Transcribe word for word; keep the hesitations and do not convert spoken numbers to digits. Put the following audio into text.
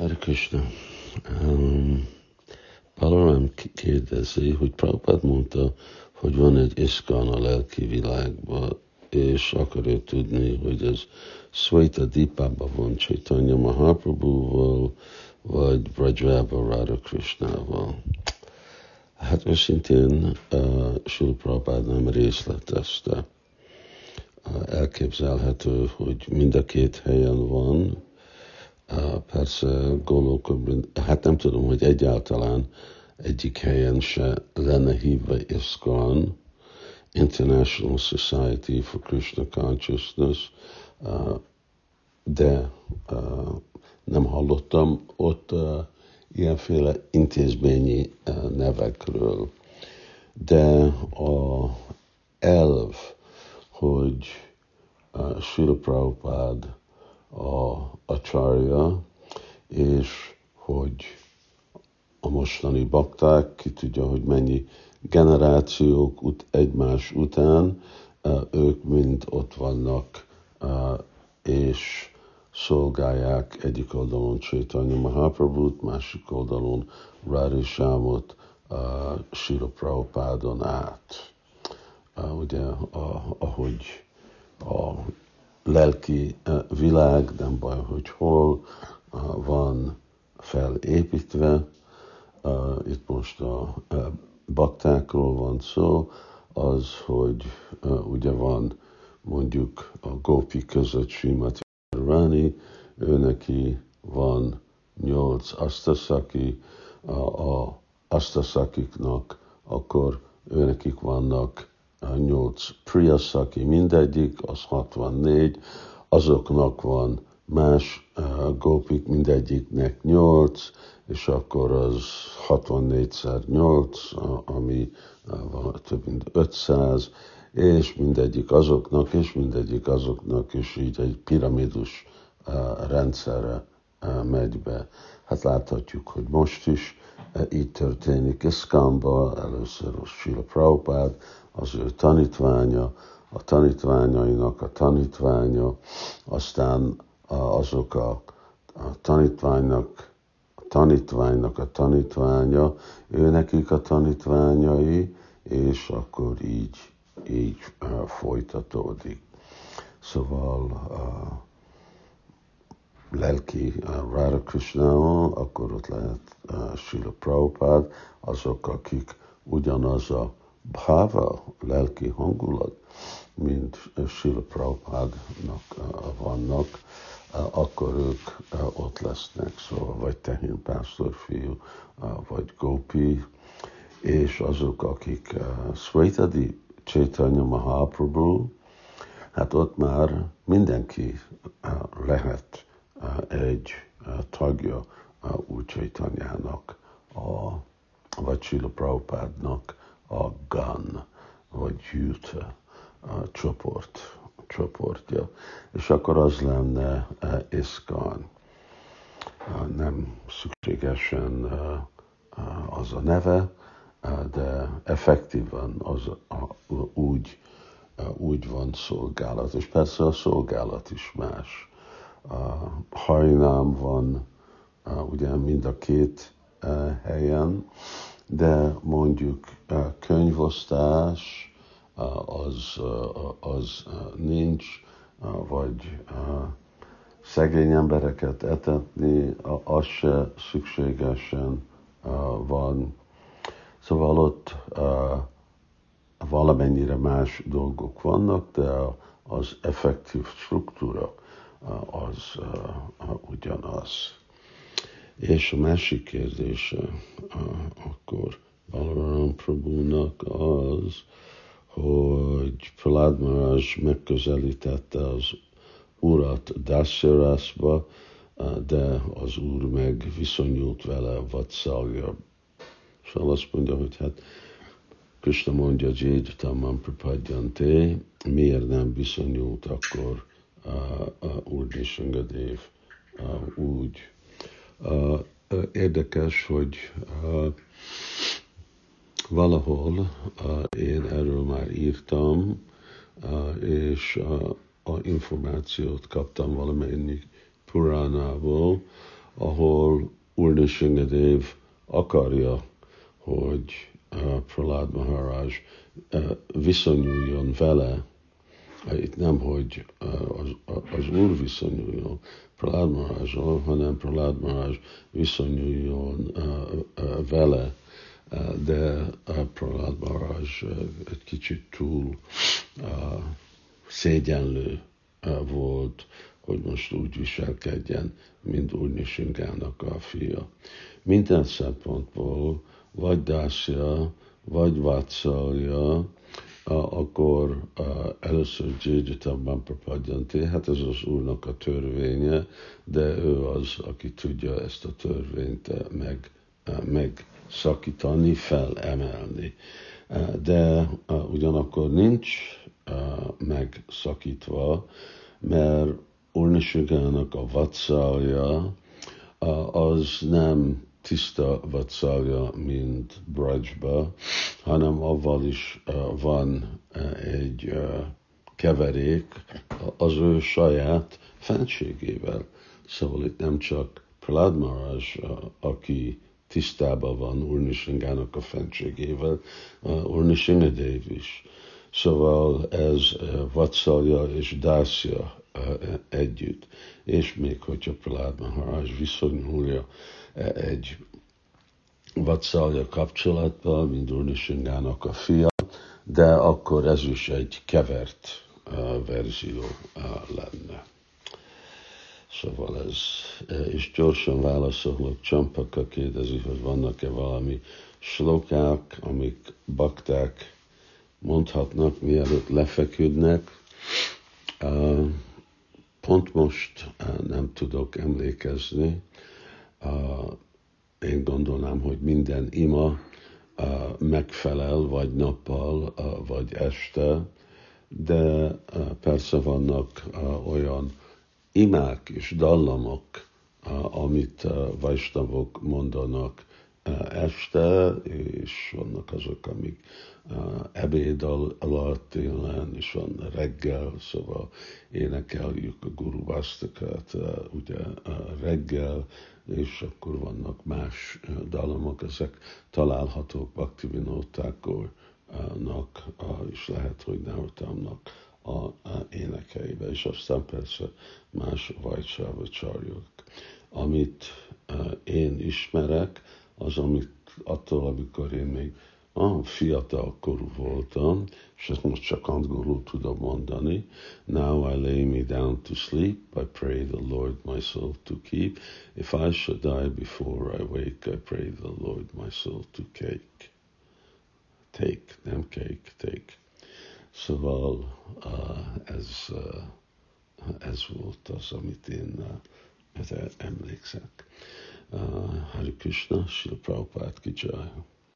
Hare Krishna. Um, Balaram kérdezi, hogy Prabhupád mondta, hogy van egy iszkán a lelki világban, és akarja tudni, hogy ez Szvaita Dipában van Chaitanya Mahaprabhuval, vagy Brajában Radha Krishnával. Hát őszintén uh, Srila Prabhupád nem részletezte. Uh, elképzelhető, hogy mind a két helyen van. Uh, persze gondolkodom, hát nem tudom, hogy egyáltalán egyik helyen se lenne hívva ISKCON, International Society for Krishna Consciousness, uh, de uh, nem hallottam ott uh, ilyenféle intézményi uh, nevekről. De a elv, hogy uh, Srila Prabhupád a acharya, és hogy a mostani bakták, ki tudja, hogy mennyi generációk ut- egymás után, ők mind ott vannak, és szolgálják egyik oldalon Chaitanya Mahaprabhut, másik oldalon Radhishyamot Srila Prabhupádon át. Ugye, ahogy a lelki világ, nem baj, hogy hol van felépítve, itt most a baktákról van szó, az, hogy ugye van mondjuk a Gopi között Srimati Radharani, ő neki van nyolc asztaszaki, a, a asztaszakiknak, akkor ő nekik vannak nyolc priyaszaki, mindegyik, az hatvannégy, azoknak van más uh, gópik, mindegyiknek nyolc, és akkor az hatvannégyszer nyolc, ami uh, van több mint ötszáz, és mindegyik azoknak, és mindegyik azoknak is így egy piramidus uh, rendszerre uh, megy be. Hát láthatjuk, hogy most is uh, így történik ISKCON-ba, először a Srila Prabhupád, az ő tanítványa, a tanítványainak a tanítványa, aztán azok a, a tanítványnak, a tanítványnak a tanítványa, ő nekik a tanítványai, és akkor így, így uh, folytatódik. Szóval uh, lelki uh, Radha Krishnával, akkor ott lehet uh, Srila Prabhupád, azok, akik ugyanaz a bhava, lelki hangulat, mint Srila Prabhupádnak vannak, akkor ők ott lesznek, szóval vagy tehén pásztorfiú, vagy gópi, és azok, akik Szvaitadi Chaitanya Mahaprabhu, hát ott már mindenki lehet egy tagja Úr Chaitanyának, a, vagy Srila Prabhupádnak a gan, vagy youth a csoport, csoportja, és akkor az lenne uh, ISKCON. Uh, nem szükségesen uh, uh, az a neve, uh, de effektívan az uh, úgy, uh, úgy van szolgálat, és persze a szolgálat is más. Uh, Harinám van uh, ugye mind a két uh, helyen, de mondjuk uh, könyvosztás, az, az nincs, vagy szegény embereket etetni, az se szükségesen van. Szóval ott valamennyire más dolgok vannak, de az effektív struktúra az ugyanaz. És a másik kérdése akkor Balaram Prabhunak az, hogy Prahlad Maharaj megközelítette az urat Dasyarasba, de az úr meg viszonyult vele Vatsalya. Szóval azt mondja, hogy hát Krishna mondja, Jédatamam Prapadjante, miért nem viszonyult akkor uh, uh, Úr Nisringadev uh, úgy. Uh, uh, érdekes, hogy uh, valahol uh, én erről már írtam, uh, és uh, a információt kaptam valamennyi Puránából, ahol Úr Nrsingadev akarja, hogy uh, Prahlad Maharaj uh, viszonyuljon vele. Itt nem, hogy uh, az, az Úr viszonyuljon Prahlad Maharajjal, hanem Prahlad Maharaj viszonyuljon uh, uh, vele, uh, de uh, Prahlad Maharaj uh, egy kicsit túl uh, szégyenlő uh, volt, hogy most úgy viselkedjen, mint Úr Nrsingának a fia. Minden szempontból, vagy Dászja, vagy Vatszalja, akkor először Jaijatabban Prapadjanti, hát ez az Úrnak a törvénye, de ő az, aki tudja ezt a törvényt meg, megszakítani, felemelni. De ugyanakkor nincs megszakítva, mert Úr Nrsingának a Vatszalja az nem tiszta vatszalja, mint Brajba, hanem avval is uh, van uh, egy uh, keverék az ő saját fenségével. Szóval itt nem csak Prahlad Maharaj, uh, aki tisztában van Úr Nrsingának a fenségével, uh, Úr Nrsingadev is. Szóval ez uh, vatszalja és dászja uh, együtt. És még hogyha Prahlad Maharaj viszonyulja egy vatszalja kapcsolatban, mint Úr Nrsingának a fia, de akkor ez is egy kevert uh, verzió uh, lenne. Szóval ez, és gyorsan válaszolok, Csampaka kérdezi, hogy vannak-e valami slokák, amik bakták mondhatnak, mielőtt lefeküdnek. Uh, pont most uh, nem tudok emlékezni. Uh, én gondolnám, hogy minden ima uh, megfelel, vagy nappal, uh, vagy este, de uh, persze vannak uh, olyan imák és dallamok, uh, amit uh, vajsnavok mondanak uh, este, és vannak azok, amik uh, ebéd alatt télen, és van reggel, szóval énekeljük a Guru Vasztakát uh, ugye uh, reggel, és akkor vannak más uh, dallamok, ezek találhatók Bhaktivinoda Thakurnak, uh, és lehet, hogy Narottamnak a, a énekeibe, és aztán persze más Vajcsávacsarjok. Amit uh, én ismerek, az, amit attól, amikor én még ah, fiatal korú voltam, és ezt most csak angolul tudom mondani. Now I lay me down to sleep, I pray the Lord my soul to keep. If I should die before I wake, I pray the Lord my soul to cake. Take, nem cake, take. Szóval uh, ez, uh, ez volt az, amit én uh, emlékszek. Uh, Hare Krishna, Srila Prabhupada ki jai.